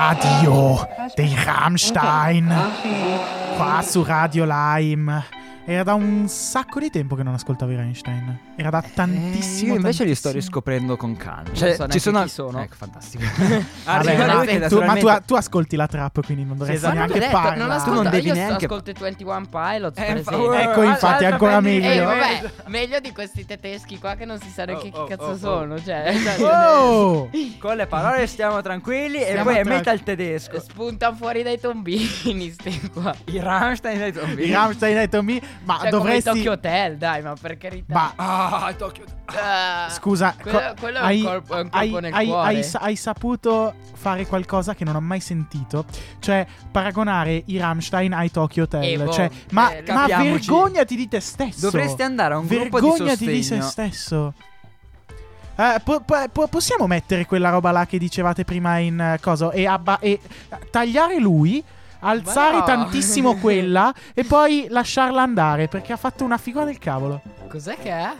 S3: radio dei Rammstein, qua su Radio Lime. Era da un sacco di tempo che non ascoltavo i Rammstein. Era da tantissimo.
S1: Eh, io invece
S3: tantissimo.
S1: li sto riscoprendo con calma. Cioè,
S9: Non so
S1: ci sono.
S9: neanche chi sono.
S1: Ecco, fantastico.
S3: Vabbè,
S1: Arriva
S3: ma,
S1: lui che
S3: tu, ma
S1: naturalmente-
S3: tu, tu ascolti la trap, quindi non dovresti
S1: Sì, esatto.
S3: neanche
S9: detto, non
S3: parlare.
S9: ascolta,
S1: Tu non devi
S9: io
S1: neanche-
S9: ascolto i ventuno Pilots,
S1: Eh,
S9: per
S1: infa-
S9: esempio.
S3: Ecco, infatti,
S1: Altro
S3: ancora
S1: prendi-
S3: meglio.
S9: Eh, vabbè, meglio di questi tedeschi qua che non si sa neanche
S1: Oh,
S9: che
S1: oh,
S9: cazzo
S1: oh,
S9: sono. Cioè,
S3: Oh!
S1: Con le parole stiamo tranquilli e
S3: Stiamo
S1: poi è
S3: tra-
S1: metal tedesco.
S9: spuntano fuori dai tombini, sti qua.
S1: I Rammstein dai
S3: I
S1: zombie.
S3: Rammstein hai detto mi, ma
S9: Cioè,
S3: dovresti.
S9: come i Tokyo Hotel, dai, ma per carità.
S3: Ma
S1: Ah, Tokyo.
S9: Ah,
S3: scusa,
S9: quello,
S3: co-
S9: quello è un
S3: hai,
S9: colpo, è un colpo
S3: hai-
S9: nel
S3: hai-
S9: cuore.
S3: hai sa- hai saputo fare qualcosa che non ho mai sentito, cioè paragonare i Rammstein ai Tokyo Hotel.
S9: Eh, boh,
S3: cioè, ma,
S9: eh,
S3: ma
S1: capiamoci.
S3: vergognati di te stesso.
S1: Dovresti andare a un gruppo di
S3: Vergognati di se
S1: sostegno.
S3: stesso. Eh, po- po- po- possiamo mettere quella roba là che dicevate prima in eh, coso e, abba- e tagliare lui, alzare
S9: Ma no.
S3: tantissimo quella e poi lasciarla andare perché ha fatto una figura del cavolo.
S9: Cos'è che è?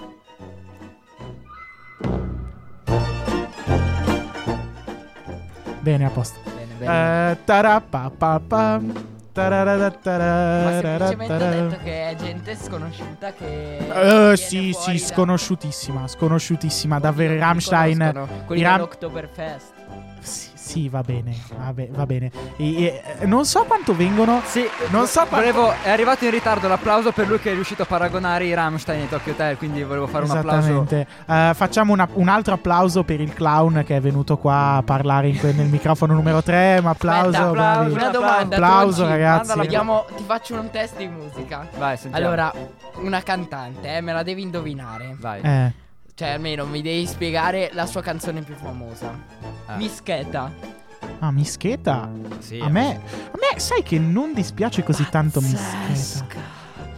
S3: Bene, a posto.
S9: Bene, bene.
S3: Eh, tarapapapam,
S9: Ma
S3: tarararatara,
S9: semplicemente ho
S3: tarara.
S9: detto che è gente sconosciuta che
S3: Eh,
S9: viene
S3: sì,
S9: fuori
S3: sì,
S9: da-
S3: sconosciutissima, sconosciutissima, davvero i
S9: Li
S3: Rammstein.
S9: conoscono, quelli
S3: i Ram-
S9: dell'Oktoberfest.
S3: Sì, sì, va bene, va, be- va bene. E- e- non so quanto vengono.
S1: Sì,
S3: Non so quanto-
S1: volevo, è arrivato in ritardo l'applauso per lui che è riuscito a paragonare i Rammstein ai Tokyo Hotel, quindi volevo fare un applauso.
S3: Esattamente. Eh, facciamo una- un altro applauso per il clown che è venuto qua a parlare in que- nel microfono numero tre. Un applauso.
S9: Aspetta,
S3: bravi.
S9: una domanda.
S3: Applauso,
S9: tu oggi-
S3: ragazzi.
S9: Mandala, vediamo, ti faccio un test di musica.
S1: Vai, sentiamo.
S9: Allora, una cantante, eh, me la devi indovinare.
S1: Vai.
S3: Eh,
S9: Cioè, almeno mi devi spiegare la sua canzone più famosa.
S1: Ah.
S9: Mischeta.
S3: ah, Mischeta.
S1: Sì,
S3: A me, a me, sai che non dispiace così tanto Mischeta.
S9: Pazzesca.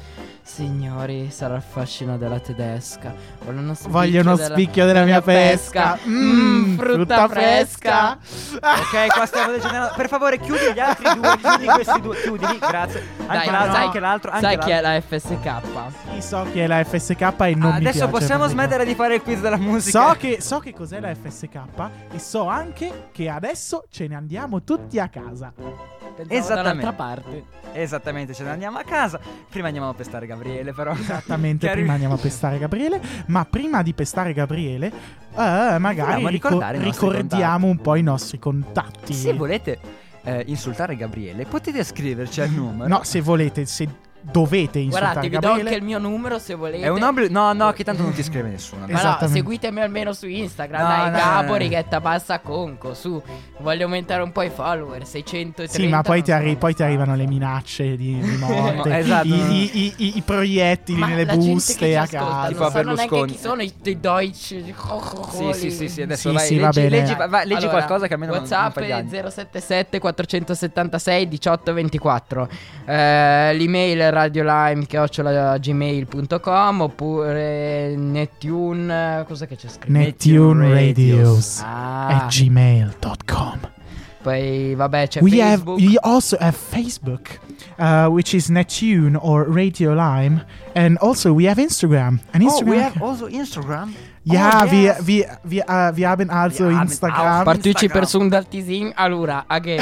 S9: Signori, sarà il fascino della tedesca. Voglio uno spicchio
S3: Voglio uno
S9: della-
S3: spicchio della mia pesca.
S9: Mm, frutta fresca.
S1: Ok, qua stiamo degenerando. Per favore, chiudi gli altri due. Chiudi questi due. Chiudili, grazie. Anche
S9: Dai,
S1: l'altro,
S9: sai-
S1: anche l'altro. Anche
S9: Sai
S1: l'altro.
S9: chi è la F S K?
S3: Sì, so che è la F S K e non
S1: Ah,
S3: mi
S1: adesso
S3: piace.
S1: possiamo
S3: praticamente.
S1: smettere di fare il quiz della musica.
S3: So che, so che cos'è la F S K e so anche che adesso ce ne andiamo tutti a casa.
S9: Pensavo
S1: Esattamente.
S9: dall'altra parte.
S1: Esattamente, ce ne andiamo a casa. Prima andiamo a pestare Gabriele, però.
S3: Esattamente,
S1: Che arri-
S3: prima andiamo a pestare Gabriele. Ma prima di pestare Gabriele, eh, magari
S1: Vogliamo
S3: ricor-
S1: ricordare i nostri
S3: ricordiamo un po' i nostri contatti.
S1: Se volete eh, insultare Gabriele, potete scriverci al numero.
S3: No, se volete, se dovete insultare
S9: Guardate, vi do
S3: Gabriele.
S9: anche il mio numero se volete.
S1: È un obbligo. No, no, che tanto non ti scrive nessuno.
S9: Ma no,
S3: Esattamente.
S9: seguitemi almeno su Instagram.
S1: No,
S9: dai,
S1: no,
S9: Gabo,
S1: no, no.
S9: Righetta Bassa Conco. Su, voglio aumentare un po' i follower. seicentotrenta.
S3: Sì, ma poi
S9: non
S3: ti,
S9: so.
S3: arri- poi ti arrivano le minacce di, di morte,
S1: Esatto.
S3: i, i- i- i- i proiettili
S9: Ma
S3: nelle
S9: la gente
S3: buste
S9: che ci
S3: a
S9: ascolta
S3: casa.
S1: Tipo
S9: non
S1: a
S9: sanno neanche
S1: Berlusconi.
S9: chi sono i, i Deutsch.
S1: Sì, sì, sì, sì, adesso
S3: Sì,
S1: vai,
S3: sì,
S1: leggi,
S3: va bene.
S1: leggi, vai, leggi
S9: Allora,
S1: qualcosa che almeno non- non
S9: WhatsApp
S1: fa gli anni.
S9: zero sette sette quattrocentosettantasei diciotto ventiquattro. Eh, l'email radiolime chiocciola gmail punto com oppure Netune. Cos'è che c'è scritto?
S3: Neptune Radios
S9: Ah,
S3: at gmail dot com.
S9: poi vabbè c'è
S3: We have
S9: Facebook.
S3: we also have Facebook, uh, which is Neptune or Radio Lime, and also we have Instagram. And
S1: Oh,
S3: Instagram.
S1: we have also Instagram.
S3: ja,
S1: Oh,
S3: wir,
S1: yes.
S3: wir, wir, uh, wir haben also
S1: Wir haben
S3: Instagram.
S1: auch-
S9: Parteciper
S1: Instagram.
S9: su Daltisin. Allora, again.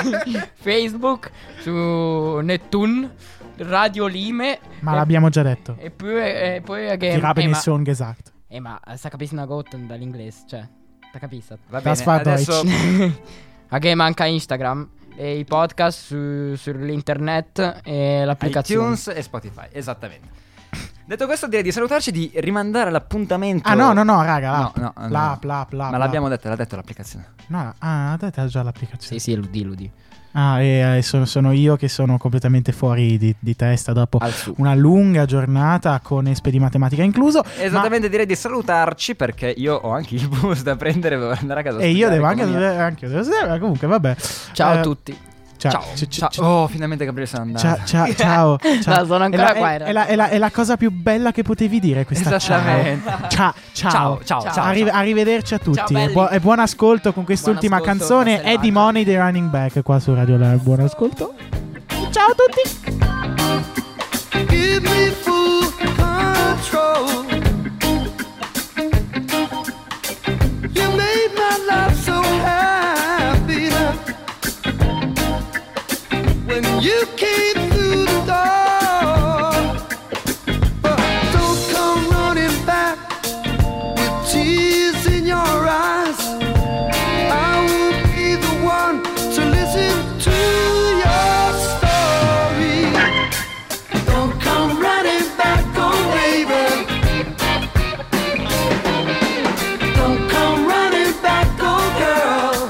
S9: Facebook su Neptune Radio Lime.
S3: Ma
S9: e,
S3: l'abbiamo già detto.
S9: e poi, e poi again.
S3: Wir haben
S9: eh, ma,
S3: es schon gesagt.
S9: eh, ma sta capendo Gotten dall'inglese, cioè. Sta capito?
S1: Va
S3: Das
S1: bene,
S3: war
S1: adesso
S9: Again manca Instagram e i podcast su, sull'internet e l'applicazione.
S1: iTunes e Spotify, esattamente. Detto questo, direi di salutarci e di rimandare l'appuntamento.
S3: Ah no, no, no, raga,
S1: No,
S3: l'app.
S1: no, no,
S3: L'app,
S1: no.
S3: l'app, l'app,
S1: Ma
S3: l'app.
S1: l'abbiamo detto, l'ha detto l'applicazione.
S3: No, no, ah, date già l'applicazione.
S9: Sì, sì, ludi, ludi.
S3: Ah, e eh, sono, sono io che sono completamente fuori di, di testa dopo
S9: Al su.
S3: una lunga giornata con espe di matematica incluso.
S1: Esattamente, direi di salutarci perché io ho anche il bus da prendere per andare a casa.
S3: Ma-
S1: a
S3: e io
S1: studiare
S3: devo anche,
S1: economia.
S3: anche io devo studiare, comunque vabbè.
S9: Ciao
S3: Eh,
S9: a tutti.
S3: Ciao.
S1: Ciao,
S3: Ciao.
S1: ciao.
S3: ciao.
S1: Oh, finalmente Gabriele se n'è
S3: Ciao,
S1: andato.
S3: ciao, ciao, ciao.
S9: No, sono ancora
S3: è la,
S9: qua,
S3: è-
S9: in realtà.
S3: è la- è la- è la cosa più bella che potevi dire questa
S1: Esattamente.
S3: ciao. Ciao, ciao,
S1: Ciao, ciao, ciao.
S3: Arri- arrivederci a tutti
S9: Ciao,
S3: e,
S9: belli.
S3: buo- e buon ascolto con quest'ultima
S9: Buon ascolto,
S3: canzone
S9: selvaggio.
S3: Eddie Money dei Running Back qua su Radio Live. Buon ascolto. Ciao a tutti.
S5: Give me full control. You made my life so happy. when you came through the door. But don't come running back with tears in your eyes. I will be the one to listen to your story. Don't come running back, oh baby. Don't come running back, oh girl.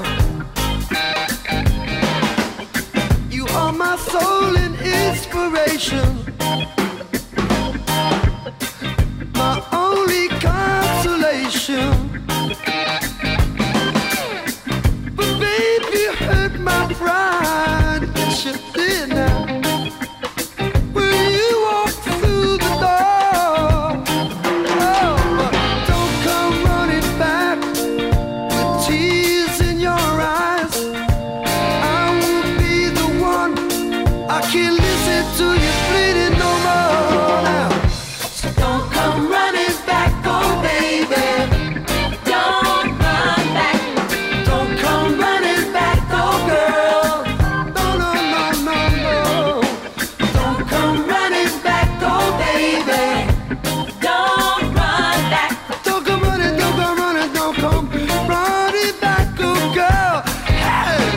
S5: You are my soul and inspiration, my only consolation. But baby, you hurt my pride, yes you did now. When you walked through the door, oh, but don't come running back with tears in your eyes. I will be the one, I can't listen to you bleeding no more now. So don't come running back, oh baby. Don't run back. Don't come running back, oh girl. No, no, no, no, no. Don't come running back, oh baby. Don't run back. Don't come running, don't come running, don't come running back, oh girl. Hey.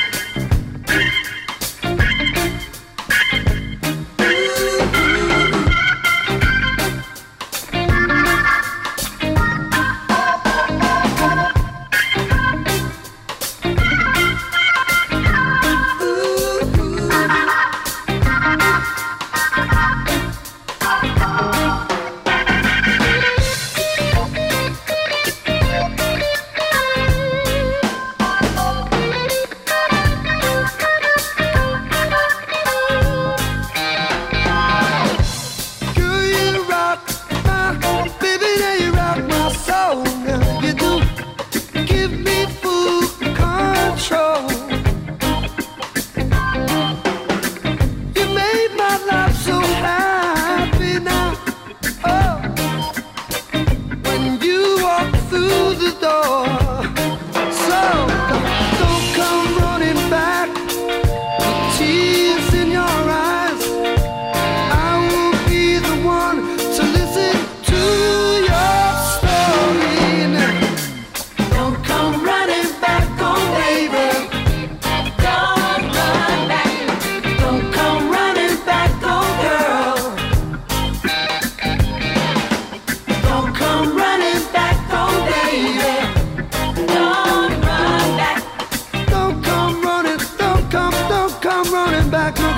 S5: Girl, you rock my, baby, now you rock my soul. Now you do give me full control. You made my life so happy now. Oh, when you walk through the door. So don't, don't come running back with tears in your eyes. I will be the one to listen to your story now. Don't come running back, oh baby. Don't run back. Don't come running back, oh girl. Don't come running back, oh baby. Don't run back. Don't come running, don't come, don't come running back.